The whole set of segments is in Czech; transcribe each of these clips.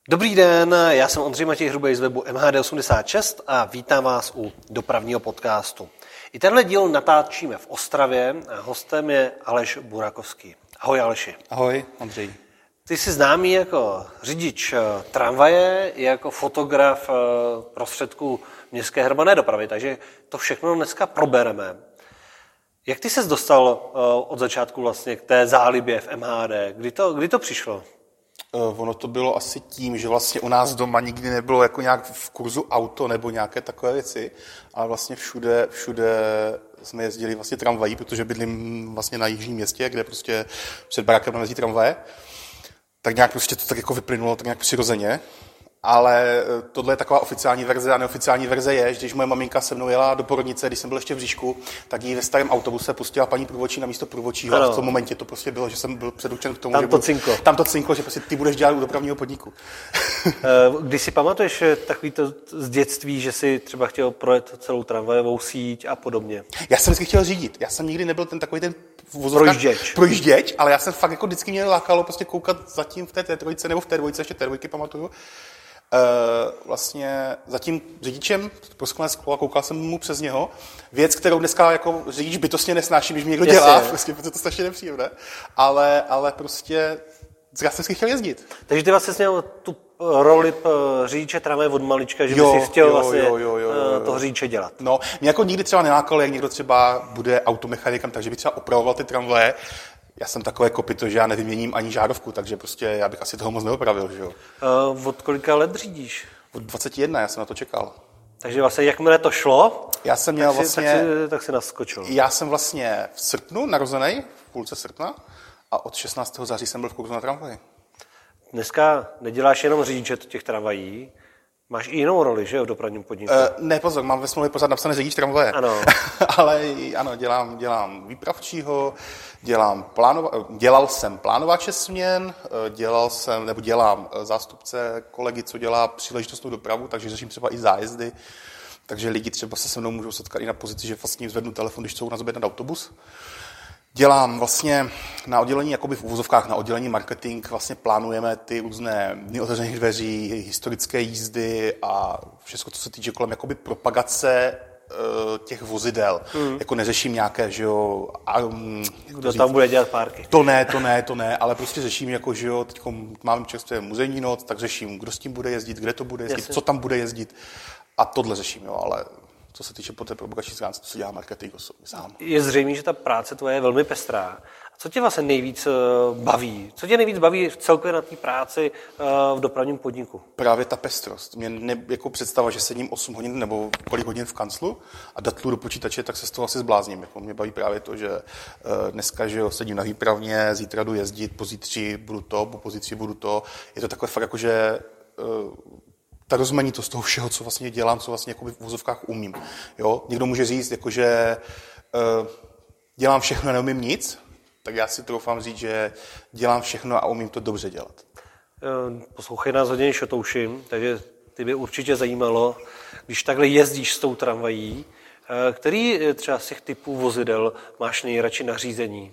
Dobrý den, já jsem Ondřej Matěj Hrubej z webu MHD86 a vítám vás u dopravního podcastu. I tenhle díl natáčíme v Ostravě a hostem je Aleš Burakovský. Ahoj Aleši. Ahoj Ondřej. Ty jsi známý jako řidič tramvaje i jako fotograf prostředků městské hromadné dopravy, takže to všechno dneska probereme. Jak ty ses dostal od začátku vlastně k té zálibě v MHD? Kdy to přišlo? Ono to bylo asi tím, že vlastně u nás doma nikdy nebylo jako nějak v kurzu auto nebo nějaké takové věci, ale vlastně všude jsme jezdili vlastně tramvají, protože bydlím vlastně na jižním městě, kde prostě před barákem jezdí tramvaje. Tak nějak prostě to tak jako vyplynulo, tak nějak přirozeně. Ale tohle je taková oficiální verze a neoficiální verze je, že když moje maminka se mnou jela do porodnice, když jsem byl ještě v bříšku, tak jí ve starém autobuse pustila paní průvodčí na místo průvodčího. A v tom momentě to prostě bylo, že jsem byl předurčen k tomu, tam to cinklo, že prostě ty budeš dělat u dopravního podniku. Když si pamatuješ takový to z dětství, že si třeba chtěl projet celou tramvajovou síť a podobně? Já jsem vždycky chtěl řídit. Já jsem nikdy nebyl ten takový ten projížděč, ale já jsem fakt jako vždycky mě lákalo prostě koukat zatím v té T3 nebo v té dvojce, ještě T2 pamatuju. Vlastně za tím řidičem prosklené sklo a koukal jsem mu přes něho. Věc, kterou dneska jako řidič bytostně nesnáším, když mi někdo dělá, prostě, protože to je strašně nepříjemné. Ale prostě já jsem si chtěl jezdit. Takže ty vlastně měl tu roli řidiče tramvaje od malička, že by si chtěl vlastně toho řidiče dělat. No, mě jako nikdy třeba nelákalo, jak někdo třeba bude automechanikem, takže by třeba opravoval ty tramvaje. Já jsem takové kopyto, že já nevyměním ani žárovku, takže prostě já bych asi toho moc neopravil, že jo. Od kolika let řídíš? Od 21, já jsem na to čekal. Takže vlastně jakmile to šlo, já jsem měl tak si naskočil. Já jsem vlastně v srpnu narozený, v půlce srpna, a od 16. září jsem byl v kurzu na tramvaji. Dneska neděláš jenom řidiče těch tramvají, máš i jinou roli, že jo, v dopravním podniku? Ne, pozor, mám ve smlouvě pořád napsané řidič tramvaje. Ano. Ale ano, dělám výpravčího, dělal jsem plánovače směn, dělám zástupce kolegy, co dělá příležitostnou dopravu, takže řeším třeba i zájezdy. Takže lidi třeba se mnou můžou setkat i na pozici, že vlastně zvednu telefon, když chcou nás objednat autobus. Dělám vlastně na oddělení, jakoby v uvozovkách na oddělení marketing, vlastně plánujeme ty různé dny otevřených dveří, historické jízdy a všechno, co se týče kolem jakoby propagace těch vozidel. Jako neřeším nějaké, že jo... Kdo tam bude dělat párky? To ne, ale prostě řeším, jako, že jo, teď mám čerstvé muzejní noc, tak řeším, kdo s tím bude jezdit, kde to bude jezdit, co tam bude jezdit a tohle řeším, jo, ale... Co se týče po té propagační stránce, to se dělá marketing sám. Je zřejmé, že ta práce tvoje je velmi pestrá. A co tě vlastně nejvíc baví? Co tě nejvíc baví v celkově na té práci v dopravním podniku? Právě ta pestrost. Mě jako představa, že sedím 8 hodin nebo kolik hodin v kanclu a datlu do počítače, tak se z toho asi zblázním. Jako mě baví právě to, že dneska že jo, sedím na výpravně, zítra jdu jezdit, pozítří budu to, pozítří budu to. Je to takové fakt jako, že ta rozmanitost toho všeho, co vlastně dělám, co vlastně v uvozovkách umím. Jo? Někdo může říct, jakože dělám všechno a neumím nic, tak já si troufám říct, že dělám všechno a umím to dobře dělat. Poslouchej nás hodně šotouším, takže ty by určitě zajímalo, když takhle jezdíš s tou tramvají, který třeba z těch typů vozidel máš nejradši na řízení?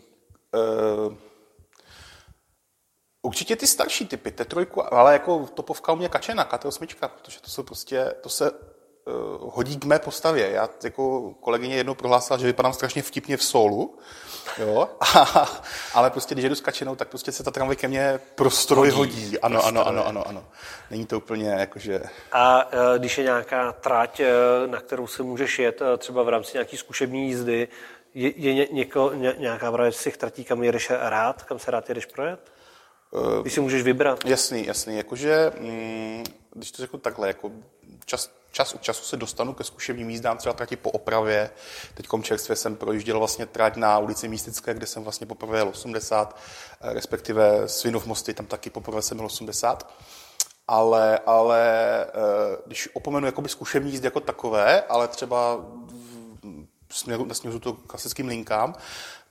Určitě ty starší typy, T3, ale jako topovka u mě Kačena, T8, protože to jsou prostě, to se hodí k mé postavě. Já jako kolegyně jednou prohlásila, že vypadám strašně vtipně v soulu, jo, ale prostě když jedu s Kačenou, tak prostě se ta tramvaj ke mně prostroj hodí. Ano. Není to úplně jakože... A když je nějaká trať, na kterou se můžeš jet, třeba v rámci nějaký zkušební jízdy, je nějaká právě z těch tratí, kam jedeš rád, kam se rád jedeš projet? Když si můžeš vybrat. Jasný. Jakože, když to řeknu takhle, jako čas od času se dostanu ke zkušebním jízdám, třeba trati po opravě. Teďkom čerstvě jsem projížděl vlastně trať na ulici Místické, kde jsem vlastně poprvé jel 80, respektive Svinov Mosty, tam taky poprvé jsem jel 80. Ale když opomenu jakoby zkušební jízdy jako takové, ale třeba nesměřu to klasickým linkám,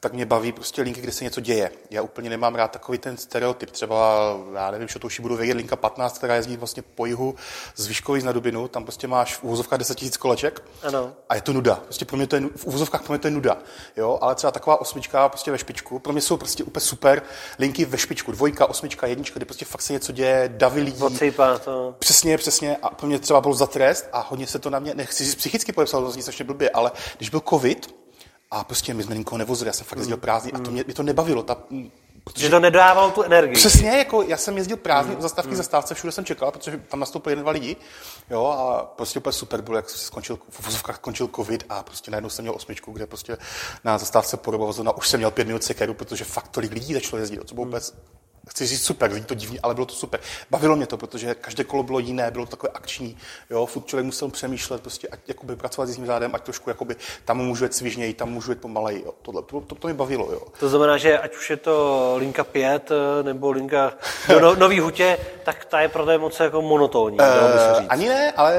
tak mě baví prostě linky, kde se něco děje. Já úplně nemám rád takový ten stereotyp. Třeba, já nevím, že to už budu vědět, linka 15, která jezdí vlastně po jihu z Vyškových na Dubinu, tam prostě máš v uvozovkách 10 000 koleček a je to nuda. Prostě pro mě to je, v uvozovkách pro mě to je nuda. Jo? Ale třeba taková osmička prostě ve špičku, pro mě jsou prostě úplně super linky ve špičku, 2, 8, 1, kdy prostě fakt se něco děje, davy lidí. Odsejpá to. Přesně. A pro mě třeba bylo za trest a hodně se to na mě, nechci říct psychicky podepsal, to zní strašně blbě, ale když byl covid a prostě my jsme nikoho nevozili, já jsem fakt jezdil prázdný a to mě to nebavilo. Protože to nedávalo tu energii. Přesně, jako já jsem jezdil prázdný od zastávky k zastávce, všude jsem čekal, protože tam nastoupili 2 lidi, jo, a prostě úplně super bylo, jak se skončil covid a prostě najednou jsem měl 8, kde prostě na zastávce Podobovozovna už jsem měl 5 minut sekeru, protože fakt tolik lidí začalo jezdit, to bylo vůbec, chci říct super, zní to divně, ale bylo to super. Bavilo mě to, protože každé kolo bylo jiné, bylo to takové akční, jo, furt člověk musel přemýšlet, prostě ať jakoby pracovat s tím zádem, ať trošku jakoby tam můžu jet svižněji, tam můžu jet pomaleji, jo. To mě bavilo, jo. To znamená, že ať už je to linka 5 nebo linka do Nový Hutě, tak ta je pro té moc jako monotónní, ani ne, ale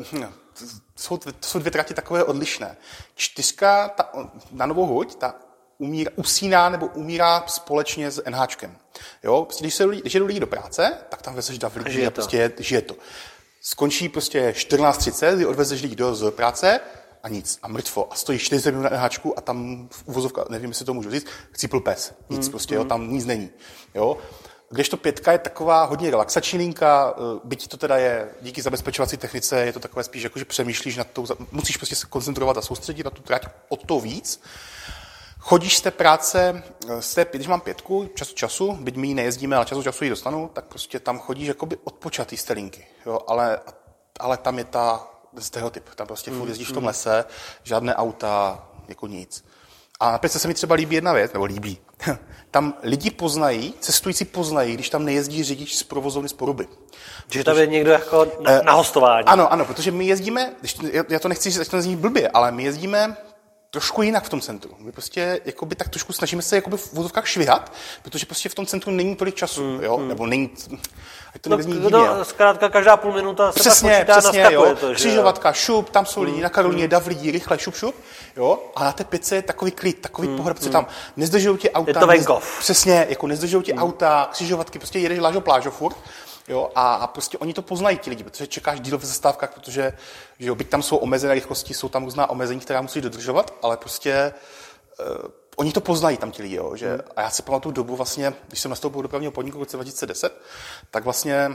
jsou 2 trati takové odlišné. 4 na Novou Huť, ta usíná nebo umírá společně s NHčkem. Jo, prostě když jedou lidi do práce, tak tam vezeš dav lidí a prostě žije to. Skončí prostě 14:30, kdy odvezeš lidi do práce a nic. A mrtvo. A stojí 40 minut na NHčku a tam v uvozovka, nevím, jestli to můžu říct, chcípl pes. Nic prostě, jo, tam nic není. Jo. Kdežto 5 je taková hodně relaxační linka, byť to teda je díky zabezpečovací technice, je to takové spíš jako, že přemýšlíš nad tou, musíš prostě se koncentrovat a soustředit na tu trať o to víc. Chodíš z té práce, když mám 5, času, byť my ji nejezdíme, ale času ji dostanu, tak prostě tam chodíš jakoby odpočatý z té linky, jo, ale tam je ta stereotyp, tam prostě furt jezdíš v tom lese, žádné auta, jako nic. A na 5 se mi třeba líbí jedna věc, nebo líbí. Tam lidi poznají, cestující poznají, když tam nejezdí řidič z provozovny z Poruby. Že tam je někdo jako na hostování. Ano, protože my jezdíme, já to nechci říct, že to nezní blbě, ale my jezdíme trošku jinak v tom centru. My prostě jakoby tak trošku snažíme se jakoby v vozovkách švihat, protože prostě v tom centru není tolik času, jo? Nebo není, ať to nezní divně. Zkrátka každá půl minuta se pak počítá, naskakuje to. Křižovatka, šup, tam jsou lidi, na Karolíně, dav lidí, rychle, šup, jo? A na té 5 je takový klid, takový pohled, protože tam nezdržují tě auta. Je to venkov. Přesně, jako nezdržují tě auta, křižovatky, prostě jedeš lážo plážo furt. Jo, a prostě oni to poznají ti lidi, protože čekáš díl v zastávkách, protože že jo, byť tam jsou omezené rychlosti, jsou tam různá omezení, která musí dodržovat, ale prostě oni to poznají tam ti lidi, jo, že a já si pamatuju dobu vlastně, když jsem nastoupil do dopravního podniku v roce 2010, tak vlastně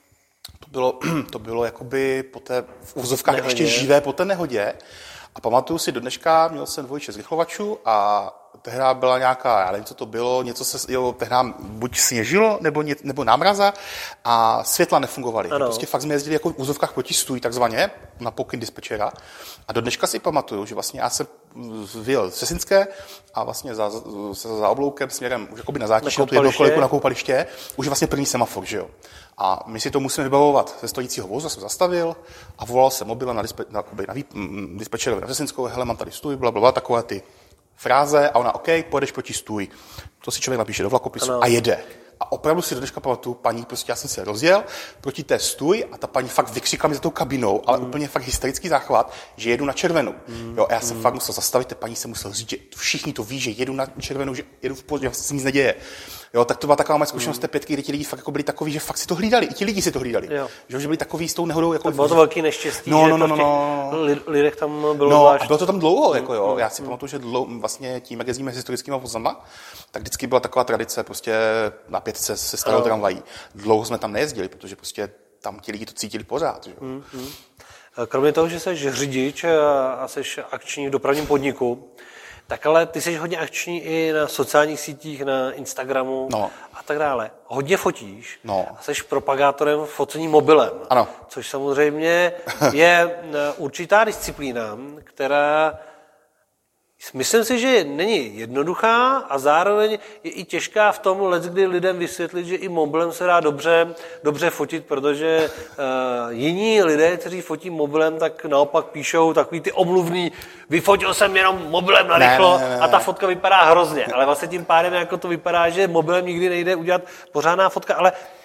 to bylo jakoby po té v úzovkách ještě živé po té nehodě a pamatuju si do dneška, měl jsem 2 rychlovačů a tehdy byla nějaká, já nevím, co to bylo, něco se, jo, tehdy buď sněžilo, nebo námraza a světla nefungovaly. Prostě fakt jsme jezdili jako v úzovkách proti stůj, takzvaně, na pokyn dispečera. A do dneška si pamatuju, že vlastně já jsem vyjel z Řesinské a vlastně za obloukem směrem už jakoby na zátiště, tu jednou kolejku na koupaliště, už je vlastně první semafor, že jo. A my si to musíme vybavovat ze stojícího vozu, jsem zastavil a volal jsem mobilem na dispečerovi na Řesinskou, hele, mám tady stůj, blablabla, takové ty fráze a ona, OK, pojedeš proti stůj. To si člověk napíše do vlakopisu a jede. A opravdu si do dneška pamatuju, paní, prostě já jsem se rozjel proti té stůj a ta paní fakt vykřikla mi za tou kabinou, ale úplně fakt hysterický záchvat, že jedu na červenou. Jo, a já jsem fakt musel zastavit, té paní se musel říct, že všichni to ví, že jedu na červenou, že jedu v pohodě, že se nic neděje. Jo, tak to byla taková moje zkušenost té 5, kdy ti lidi fakt jako byli takoví, že fakt si to hlídali, i ti lidi si to hlídali. Že byli takový s tou nehodou jako bylo to velký neštěstí, že lidech tam bylo zvlášť. A bylo to tam dlouho, jako jo. Já si pamatuju, že vlastně tím, jak jezdíme s historickými vozama, tak vždycky byla taková tradice prostě na 5 se starou tramvají. Dlouho jsme tam nejezdili, protože prostě tam ti lidi to cítili pořád, že jo. Kromě toho, že jsi řidič a jsi akční v dopravním podniku, tak ale ty jsi hodně akční i na sociálních sítích, na Instagramu a tak dále. Hodně fotíš a jsi propagátorem focení mobilem. Ano. Což samozřejmě je určitá disciplína, která myslím si, že není jednoduchá a zároveň je i těžká v tom, kdy lidem vysvětlit, že i mobilem se dá dobře fotit, protože jiní lidé, kteří fotí mobilem, tak naopak píšou takový ty omluvný, vyfotil jsem jenom mobilem narychlo a ta fotka vypadá hrozně. Ale vlastně tím pádem jako to vypadá, že mobilem nikdy nejde udělat pořádná fotka, ale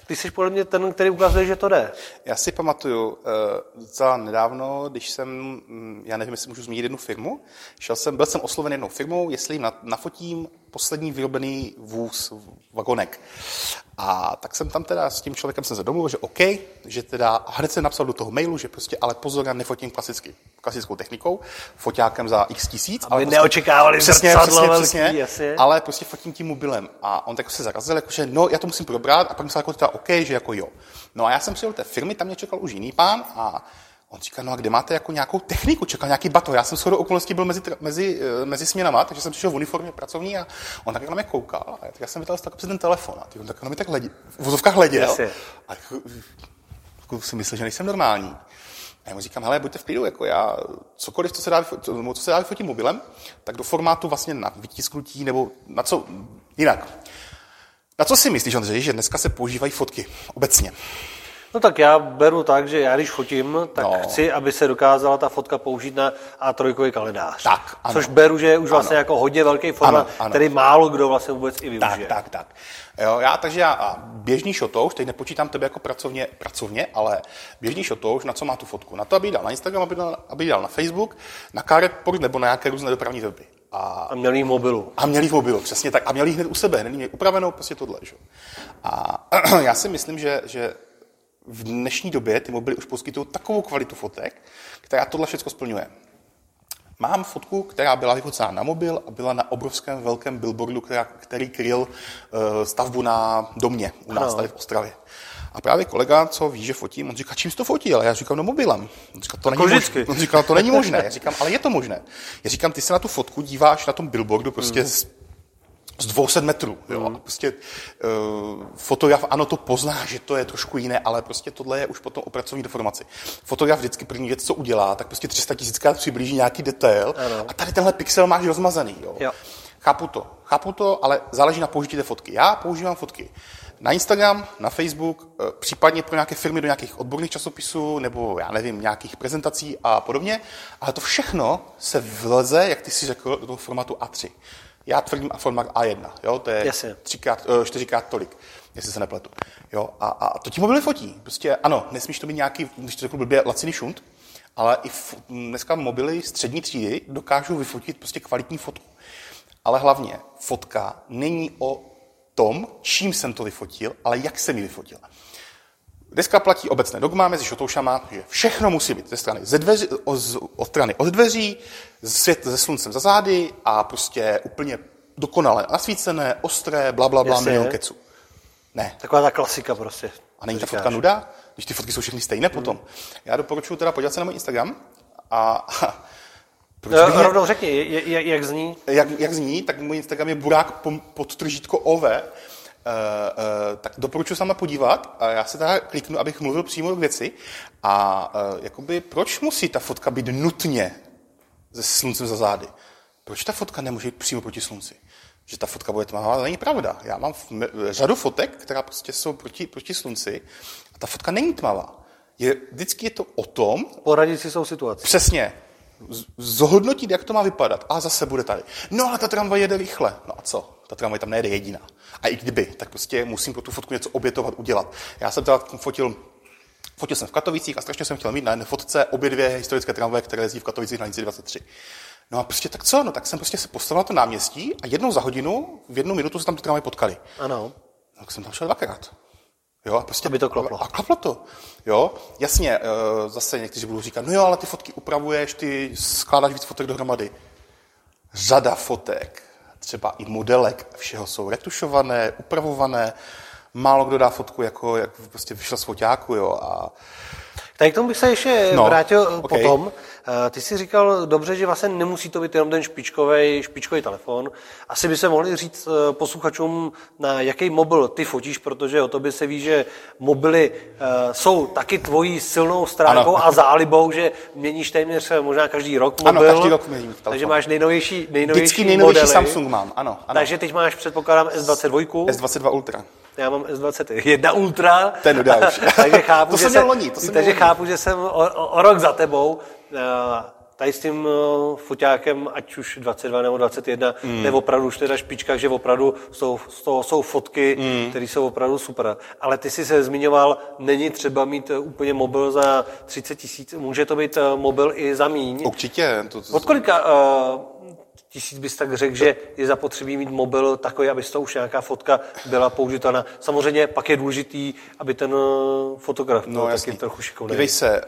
Ty jsi podle mě ten, který ukazuje, že to jde. Já si pamatuju, docela nedávno, když jsem, já nevím, jestli můžu zmínit jednu firmu, byl jsem osloven jednou firmou, jestli jim nafotím poslední vyrobený vůz, vagonek. A tak jsem tam teda s tím člověkem se domluvil, že OK, že teda, a hned jsem napsal do toho mailu, že prostě, ale pozor, já nefotím klasickou technikou, foťákem za x tisíc. Aby prostě, neočekávali zrcadlo velký, jasně, ale prostě fotím tím mobilem. A on tak se zarazil, jakože no, já to musím probrat, a pak myslel jako teda OK, že jako jo. No a já jsem přijel do té firmy, tam mě čekal už jiný pán a on říkal, no a kde máte jako nějakou techniku, čekal nějaký bato. Já jsem shodou okolností byl mezi směnama, takže jsem přišel v uniformě pracovní a on tak na mě koukal. A já jsem vytáhl přes ten telefon a on tak na mě tak v vozovkách hleděl. A jako si myslel, že nejsem normální. A já mu říkám, hele, buďte v klidu, jako já cokoliv, co se dá vyfotit mobilem, tak do formátu vlastně na vytisknutí nebo na co jinak. Na co si myslíš, Ondřej, že dneska se používají fotky obecně? No tak já beru tak, že já když fotím, tak chci, aby se dokázala ta fotka použít na A3 kalendář. Tak, ano. Což beru, že je už vlastně jako hodně velký format, který málo kdo vlastně vůbec i využije. Tak. Jo, takže já běžný shotouš, teď nepočítám tebe jako pracovně, ale běžný shotouš, na co má tu fotku? Na to, aby ji dal na Instagram, aby ji dal na Facebook, na Carreport nebo na nějaké různé dopravní weby. A měl jí v mobilu. Přesně tak. A měl jí hned u sebe, hned jí upravenou, prostě tohle. Že? A já si myslím, že v dnešní době ty mobily už poskytují takovou kvalitu fotek, která tohle všechno splňuje. Mám fotku, která byla vyfocená na mobil a byla na obrovském velkém billboardu, který kryl stavbu na domě u nás tady v Ostravě. A právě kolega, co ví, že fotím, on říká, čím jsi to fotil? A já říkám, no mobilem. On říká, to není možné. Já říkám, ale je to možné. Já říkám, ty se na tu fotku díváš na tom billboardu prostě z 200 metrů. Jo? A prostě fotograf, ano, to pozná, že to je trošku jiné, ale prostě tohle je už potom o pracovní deformaci. Fotograf vždycky první věc, co udělá, tak prostě 300 000krát přiblíží nějaký detail a tady tenhle pixel máš rozmazaný. Jo? Chápu to, ale záleží na použití té fotky. Já používám fotky na Instagram, na Facebook, případně pro nějaké firmy do nějakých odborných časopisů nebo já nevím, nějakých prezentací a podobně, ale to všechno se vleze, jak ty si řekl, do toho formátu A3. Já tvrdím formát A1, jo, to je 4x tolik, jestli se nepletu. Jo, a to ti mobily fotí. Prostě ano, nesmíš to být nějaký, když to řeknu blbě, laciný šunt, ale i dneska mobily střední třídy dokážou vyfotit prostě kvalitní fotku. Ale hlavně fotka není o tom, čím jsem to vyfotil, ale jak jsem ji vyfotil. Dneska platí obecné dogma mezi šotoušama, že všechno musí být ze strany od dveří, svět se sluncem za zády a prostě úplně dokonale nasvícené, ostré, blablabla, milion keců. Ne. Taková ta klasika prostě. A není ta fotka nuda? Když ty fotky jsou všechny stejné potom. Já doporučuji teda podívat se na můj Instagram a rovnou řekni, jak zní? Jak zní, tak můj Instagram je burák_OV. Tak doporučuji se tam podívat a já se teda kliknu, abych mluvil přímo k věci. A jakoby, proč musí ta fotka být nutně se sluncem za zády? Proč ta fotka nemůže jít přímo proti slunci? Že ta fotka bude tmavá, ale není pravda. Já mám řadu fotek, která prostě jsou proti slunci a ta fotka není tmavá. Vždycky je to o tom... Poradit si svou situaci. Přesně. Zhodnotit, jak to má vypadat. A zase bude tady. No ale ta tramvaj jede rychle. No a co? Ta tramvaj tam nejede jediná. A i kdyby, tak prostě musím pro tu fotku něco obětovat, udělat. Já jsem teda fotil jsem v Katovicích a strašně jsem chtěl mít na jedné fotce obě dvě historické tramvaje, které jezdí v Katovicích na lince 23. No a prostě tak co? No tak jsem prostě se postavil na to náměstí a jednou za hodinu, v 1 minutu se tam ty tramvaje potkali. Ano. No, tak jsem tam šel 2krát. Jo, a prostě aby to klaplo. A klaplo to. Jo, jasně, zase někteří budou říkat, no jo, ale ty fotky upravuješ, ty skládáš víc fotek dohromady. Řada fotek, třeba i modelek, všeho jsou retušované, upravované, málo kdo dá fotku, jako jak prostě vyšel z foťáku, jo. A... Tak k tomu bych se ještě vrátil potom. Ty jsi říkal dobře, že vlastně nemusí to být jenom ten špičkový telefon. Asi by se mohli říct posluchačům, na jaký mobil ty fotíš, protože o tobě se ví, že mobily jsou taky tvojí silnou stránkou a zálibou, že měníš téměř možná každý rok mobil. Ano, každý rok měním telefon. Takže máš nejnovější modely. Samsung mám, ano. Takže teď máš, předpokládám, S22. S22 Ultra. Já mám S21 Ultra. Ten dodá už. Takže chápu, chápu, že jsem chápu, že jsem o rok za tebou. tady s tím foťákem, ať už 22 nebo 21, je opravdu už teda špička, že opravdu z toho jsou fotky, které jsou opravdu super. Ale ty jsi se zmiňoval, není třeba mít úplně mobil za 30 000, může to být mobil i za míň. Určitě. Od kolika tisíc bys tak řekl, že je zapotřebí mít mobil takový, aby z toho už nějaká fotka byla použitelná. Samozřejmě pak je důležitý, aby ten fotograf byl taky trochu šikovný. Dívej se,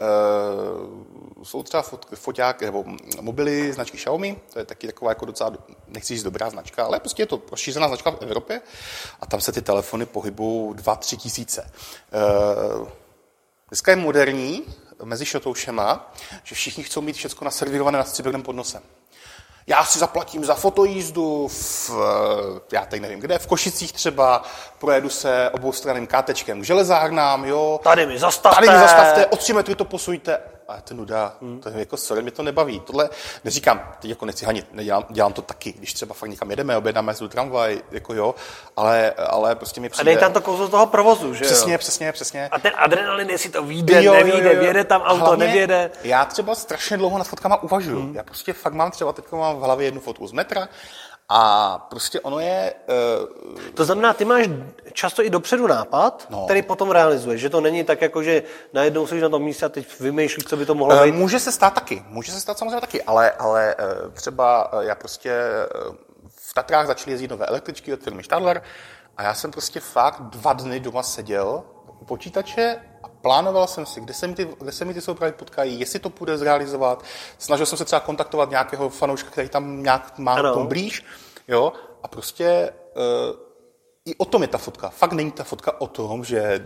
jsou třeba foťáky nebo mobily značky Xiaomi, to je taky taková jako docela, nechci říct dobrá značka, ale prostě je to rozšířená značka v Evropě a tam se ty telefony pohybují 2-3 tisíce. Dneska je moderní mezi šotoušema, že všichni chcou mít všechno naservírované nad stříbrném podnosem. Já si zaplatím za fotojízdu já teď nevím kde, v Košicích třeba, projedu se oboustranným kátečkem k železárnám, jo. Tady mi zastavte, o 3 metry to posuňte. A to je nuda, to je jako sorry, mě to nebaví. Tohle neříkám, teď jako nechci hanit, dělám to taky, když třeba fakt někam jedeme, objednáme si tramvaj, jako jo, ale prostě mi přijde... A dej tam to kouzlo toho provozu, že přesně, jo? Přesně. A ten adrenalin, jestli to vyjde, nevyjde, vyjede tam auto, hlavně, nevyjede. Já třeba strašně dlouho nad fotkama uvažuju. Já prostě fakt mám třeba, teď mám v hlavě jednu fotku z metra, a prostě ono je... To znamená, ty máš často i dopředu nápad, který potom realizuješ, že to není tak, jako že najednou jsi na tom místě a teď vymýšlíš, co by to mohlo být. Může se stát samozřejmě taky, ale třeba já prostě v Tatrách začaly jezdit nové električky od firmy Stadler a já jsem prostě fakt 2 dny doma seděl u počítače a plánoval jsem si, kde se mi ty soupravy potkají, jestli to půjde zrealizovat. Snažil jsem se třeba kontaktovat nějakého fanouška, který tam nějak má tom blíž, jo, a prostě i o tom je ta fotka. Fakt není ta fotka o tom, že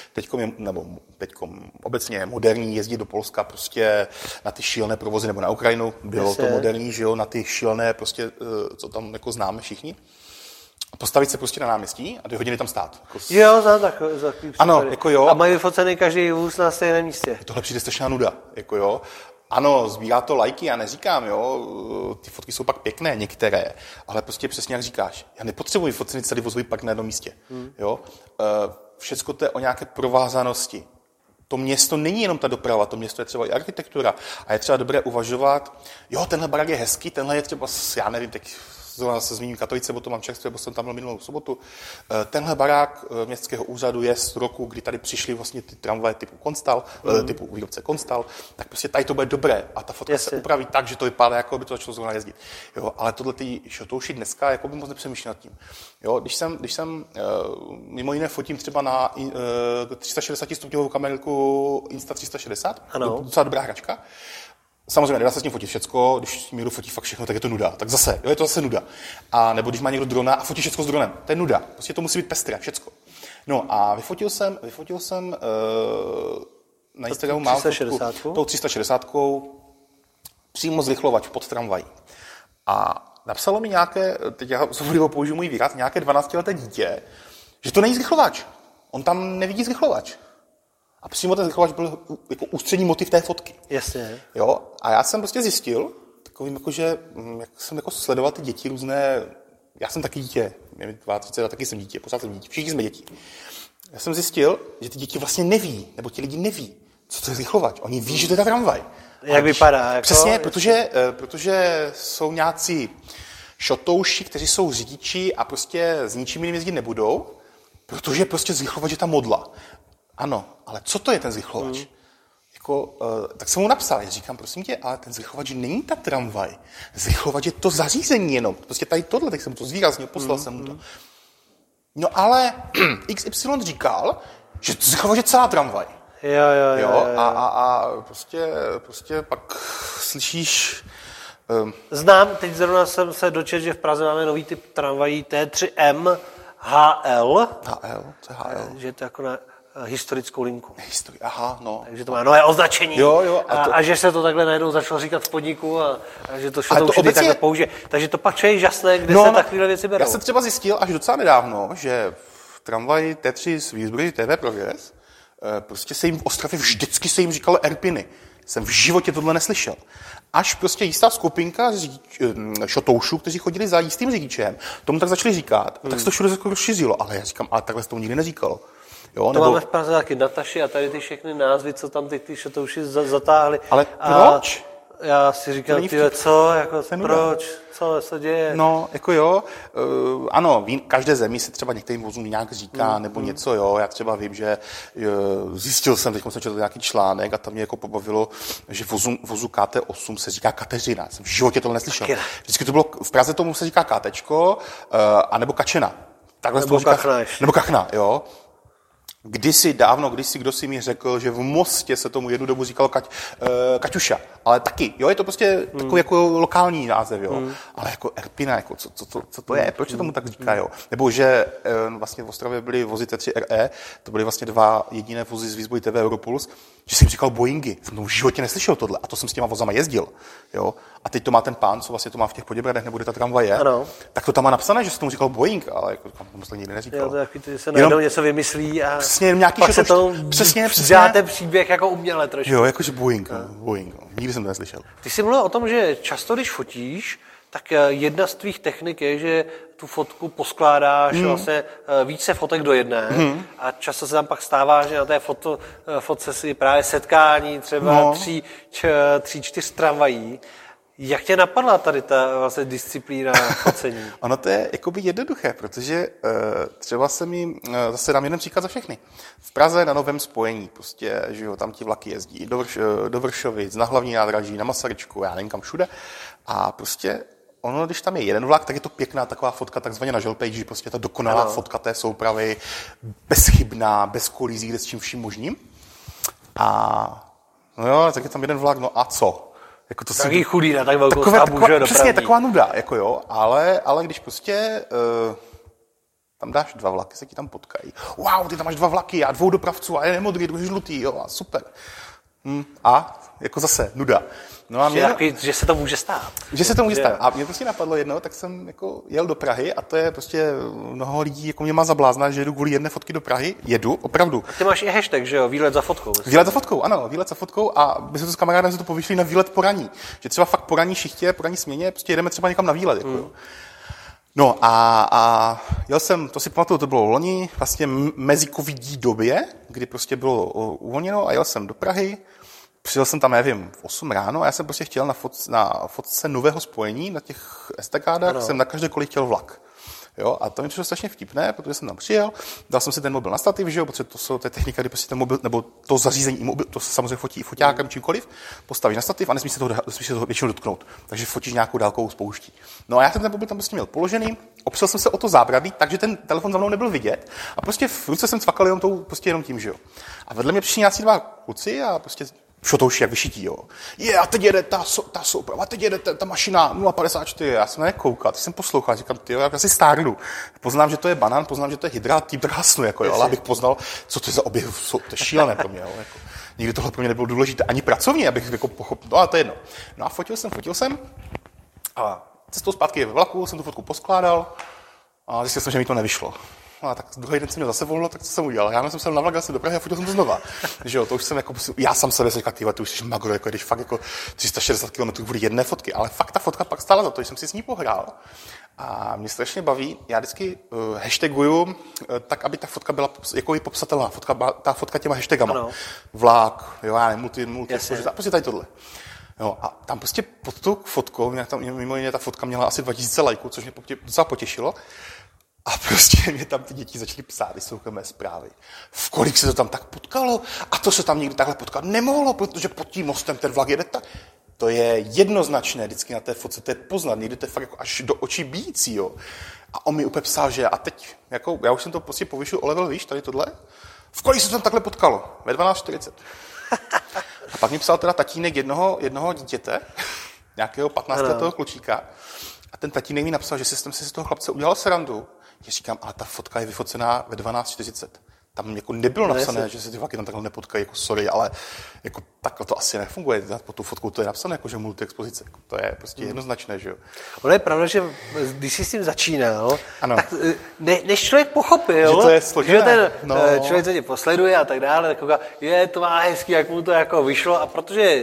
teďkom obecně je moderní jezdit do Polska prostě na ty šílené provozy nebo na Ukrajinu. Bylo to moderní, že jo, na ty šílené prostě, co tam jako známe všichni. Postavit se prostě na náměstí a 2 hodiny tam stát. Jo, za takový ano, jako jo. A mají vyfocený každý vůz na stejném místě. Tohle přijde strašná nuda, jako jo. Ano, sbírá to lajky, já neříkám, jo, ty fotky jsou pak pěkné některé, ale prostě přesně jak říkáš, já nepotřebuji focený celý vozový park na jednom místě, jo. Všecko to je o nějaké provázanosti. To město není jenom ta doprava, to město je třeba i architektura a je třeba dobré uvažovat, jo, tenhle barák je hezký, tenhle je třeba, já nevím, teď zrovna se zmíním Katovice, bo to mám čerstvě, bo jsem tam byl minulou sobotu. Tenhle barák městského úřadu je z roku, kdy tady přišly vlastně ty tramvaje typu Konstal, typu výrobce Konstal, tak prostě tady to bude dobré a ta fotka se upraví tak, že to vypadá, jako by to začalo zrovna jezdit. Jo, ale tohle ty šotouši dneska jako by moc nepřemýšlel nad tím. Jo, když jsem mimo jiné fotím třeba na 360 stupňovou kamerku Insta360, docela dobrá hračka. Samozřejmě nedá se s tím fotit všecko, když někdo fotí fakt všechno, tak je to nuda. Tak zase, jo, je to zase nuda. A nebo když má někdo drona a fotí všecko s dronem, to je nuda. Prostě to musí být pestré, všecko. No a vyfotil jsem na Instagramu mám fotku tou 360 přímo zrychlovač pod tramvají. A napsalo mi nějaké, teď já použiju můj výraz, nějaké 12leté dítě, že to není zrychlovač. On tam nevidí zrychlovač. A přímo ten zrychlovač byl jako ústřední motiv té fotky. Jasně. Jo, a já jsem prostě zjistil, takovým jakože, jak jsem jako sledoval ty děti různé, já jsem taky dítě, mě 32, taky jsem dítě, pořád jsem dítě, všichni jsme děti. Já jsem zjistil, že ty děti vlastně neví, nebo ti lidi neví, co to je zrychlovač. Oni ví, že to je ta tramvaj. Jak vypadá? Jako... Přesně, protože jsou nějací šotouši, kteří jsou řidiči a prostě s ničím jiným jezdit nebudou, protože prostě zrychlovač je ta modla. Ano, ale co to je ten zrychlovač? Jako, tak jsem mu napsal, já říkám, prosím tě, ale ten zrychlovač není ta tramvaj. Zrychlovač je to zařízení jenom. Prostě tady tohle, tak jsem mu to zvýraznil, poslal jsem mu to. No ale XY říkal, že zrychlovač je celá tramvaj. Jo. A prostě pak slyšíš... Znám, teď zrovna jsem se dočetl, že v Praze máme nový typ tramvají T3M HL. Co je HL? Že to jako na historickou linku. Aha, no. Takže to má nové označení. Jo. A že se to takhle najednou začalo říkat v podniku a že to šlo obecně... takhle použije. Takže to pak je jasné, kde se takové věci berou. Já jsem třeba zjistil až docela nedávno, že v tramvaji T3 z Výzbroji TV Progress prostě se jim v Ostravě vždycky se jim říkalo Erpiny. Jsem v životě tohle neslyšel. Až prostě jistá skupinka šotoušů, kteří chodili za jistým řidičem, tomu tak začali říkat, tak se to všude rozšířilo. Ale já říkám, ale takhle se to nikdy neříkalo. Jo, to máme v Praze taky Nataši a tady ty všechny názvy, co tam ty šotouši zatáhli. Ale proč? já si říkám, co, jako proč, co se děje? No, jako jo, ano, každé zemi se třeba některým vozům nějak říká, nebo něco, jo, já třeba vím, že zjistil jsem, teď jsem četl nějaký článek a tam mě jako pobavilo, že vozu KT8 se říká Kateřina, jsem v životě to neslyšel. Vždycky to bylo, v Praze tomu se říká KTčko, anebo Kačena. Takhle nebo Kachna. Nebo Kachna, jo. Kdysi, kdo si mi řekl, že v Mostě se tomu jednu dobu říkalo Kaťuša, ale taky, jo, je to prostě takový jako lokální název, jo, ale jako Erpina, jako co to je, proč se tomu tak říká, jo, nebo že vlastně v Ostravě byly vozy T3 RE, to byly vlastně 2 jediné vozy z výzboji TV Europuls, že jsem říkal Boeingy, jsem to v životě neslyšel tohle, a to jsem s těma vozama jezdil, jo, a teď to má ten pán, co vlastně to má v těch Poděbradech, nebo kde ta tramvaj je, tak to tam má napsané, že se tomu říkal Boeing, ale jako tomu se nikdy neříkal. Jo, to taky, ty se najednou něco vymyslí a přesně, nějaký pak se to přesně dáte příběh jako uměle trošku. Jo, jakože Boeing, nikdy jsem to neslyšel. Ty jsi mluvil o tom, že často, když fotíš, tak jedna z tvých technik je, že tu fotku poskládáš vlastně více fotek do jedné a často se tam pak stává, že na té fotce si právě setkání třeba 3-4 tramvají. Jak tě napadla tady ta vlastně disciplína focení? Ono to je jakoby jednoduché, protože třeba zase dám jeden příklad za všechny. V Praze na novém spojení, prostě, že jo, tam ti vlaky jezdí do Vršovic, na hlavní nádraží, na Masaryčku, já nevím kam všude. A prostě ono, když tam je jeden vlak, tak je to pěkná taková fotka, takzvaně na želpage, prostě ta dokonalá fotka té soupravy, bezchybná, bez kolizí, kde s čím vším možným. A no jo, tak je tam jeden vlak, no a co? Jako to taky chudý na tak velkou stavbu, že přesně, taková nuda, jako jo, ale když prostě tam dáš 2 vlaky, se ti tam potkají. Wow, ty tam máš 2 vlaky a 2 dopravců a jeden je modrý, druhý žlutý, jo, a super. A jako zase nuda. No a že se to může stát. Že se to může stát. A mě prostě napadlo jedno, tak jsem jako jel do Prahy a to je prostě mnoho lidí jako mě má za blázna, že jdu kvůli jedné fotky do Prahy. Jedu, opravdu. A ty máš i hashtag, že jo? Výlet za fotkou. Výlet za fotkou, ano, výlet za fotkou a my jsme to s kamarádem to povyšli na výlet po raní. Že třeba fakt po ranní šichtě, po ranní směně, prostě jedeme třeba někam na výlet. Jako, jo. No a jel jsem, to si pamatuju, to bylo loni, vlastně mezi covidí době, kdy prostě bylo uvolněno a jel jsem do Prahy. Přijel jsem tam, nevím, v 8 ráno a já jsem prostě chtěl na fotce nového spojení, na těch estakádách, jsem na každé kole chtěl vlak. Jo, a to mi přišlo strašně vtipné, protože jsem tam přijel, dal jsem si ten mobil na stativ, že jo, protože to je technika, kdy prostě ten mobil, nebo to zařízení i mobil, to se samozřejmě fotí i foťákem, čímkoliv, postavíš na stativ a nesmíš se toho většinou dotknout. Takže fotíš nějakou dálkovou spouští. No a já jsem ten mobil tam prostě měl položený, opřel jsem se o to zábradlí, takže ten telefon za mnou nebyl vidět a prostě v ruce jsem cvakal jenom tím, že jo. A vedle mě přišli nějací 2 kluci a prostě šotouši jak vyšití, jo. A teď jede ta souprava, teď jede ta mašina 0,54. Já jsem na ně koukal, jsem poslouchal, říkám, tyjo, já si stárnu. Poznám, že to je banán, poznám, že to je hydrát, tím trhasnu, jako jo, ale abych poznal, co to je za objev, to je šílené pro mě, jo, jako. Nikdy tohle pro mě nebylo důležité, ani pracovně, abych jako pochopil, no ale to je jedno. No a fotil jsem a cestou zpátky ve vlaku jsem tu fotku poskládal a zjistil jsem, že mi to nevyšlo. No a tak druhý den jsem měl zase volno, tak co jsem udělal? Já jsem se na vlak zase do Prahy a fotil jsem to znova. Že jo, to už jsem jako, já sám sebe říkal, ty už jsi magro, jako když fakt jako 360 km kvůli jedné fotky, ale fakt ta fotka pak stála za to, že jsem si s ní pohrál. A mě strašně baví, já vždycky hashtaguju tak, aby ta fotka byla jako i popsatelná, ta fotka těma hashtagama. Ano. Vlak, jo, já nevím, multi, prostě tady tohle. Jo, a tam prostě pod tou fotkou, mimo jiné ta fotka měla asi 2000 lajků, což mě docela potěšilo. A prostě mě tam ty děti začaly psát soukromé zprávy. V kolik se to tam tak potkalo? A to se tam nikdy takhle potkat nemohlo, protože pod tím mostem ten vlak jede tak. To je jednoznačné vždycky na té fotce, to je poznat, někdy to je fakt jako až do očí bíjící, jo. A on mi úplně psal, že a teď, jako, já už jsem to prostě povyšil o level, víš, tady tohle. V kolik se to tam takhle potkalo? Ve 12:40. A pak mi psal teda tatínek jednoho dítěte, nějakého 15letého klučíka. A ten tatínek mi napsal, že jsem si z toho chlapce udělal srandu. Já říkám, ale ta fotka je vyfocená ve 12:40. Tam jako nebylo napsané, že se ty vlaky tam takhle nepotkají, jako sorry, ale jako takhle to asi nefunguje. Pod tu fotkou to je napsané, jako že multi-expozice. To je prostě jednoznačné, že jo. Ono je pravda, že když jsi s tím začínal, tak než člověk pochopil, že to je složené. Že ten člověk, co tě posleduje a tak dále, tak kouká, to má hezký, jak mu to jako vyšlo a protože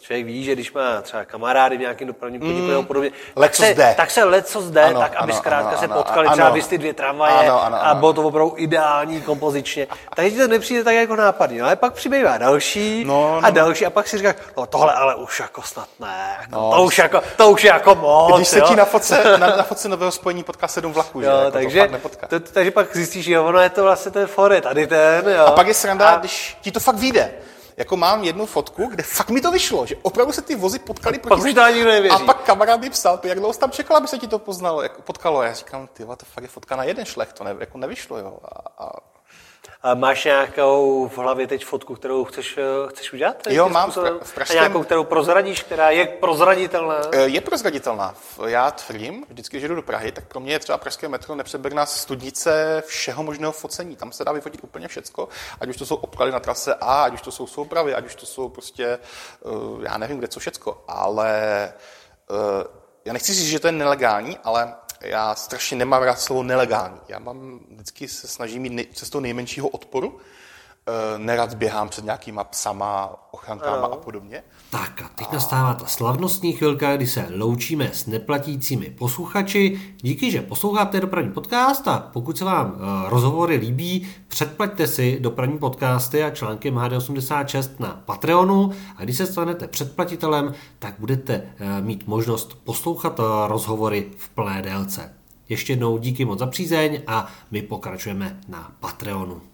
člověk ví, že když má třeba kamarády v nějakém dopravním podniku nebo podobně, tak se lecos jde, ano, tak aby ano, zkrátka ano, se ano, potkali ano, třeba vy ty 2 tramvaje ano, a bylo to opravdu ideální kompozičně. Takže ti to nepřijde tak jako nápadně, ale pak přibývá další a další a pak si říkáš, no tohle ale už jako snad ne, to už je jako moc. Když se ti na fotce nového spojení potká 7 vlaků, že? Jako takže pak zjistíš, že ono je to vlastně ten for tady ten. Jo. A pak je sranda, když ti to fakt vyjde. Jako mám jednu fotku, kde fakt mi to vyšlo, že opravdu se ty vozy potkaly proti sobě. A pak kamarád mi psal, jak dlouho jsi tam čekal, aby se ti to potkalo. Já říkám, tyva, to fakt je fotka na jeden šlech, to jako nevyšlo, jo. A máš nějakou v hlavě teď fotku, kterou chceš udělat? Jo, mám v pražském... A nějakou, kterou prozradíš, která je prozraditelná? Je prozraditelná. Já tvrdím, vždycky, že jdu do Prahy, tak pro mě je třeba pražské metro nepřeberná studnice všeho možného focení. Tam se dá vyfotit úplně všecko, ať už to jsou obklady na trase A, ať už to jsou soupravy, ať už to jsou prostě, já nevím, kde co všecko. Ale já nechci říct, že to je nelegální, ale já strašně nemám rád slovo nelegální. Vždycky se snažím mít cestou nejmenšího odporu. Nerad běhám před nějakýma psama, ochrankama a podobně. Tak a teď nastává ta slavnostní chvilka, kdy se loučíme s neplatícími posluchači. Díky, že posloucháte Dopravní podcast a pokud se vám rozhovory líbí, předplaťte si Dopravní podcasty a články MHD86 na Patreonu a když se stanete předplatitelem, tak budete mít možnost poslouchat rozhovory v plné délce. Ještě jednou díky moc za přízeň a my pokračujeme na Patreonu.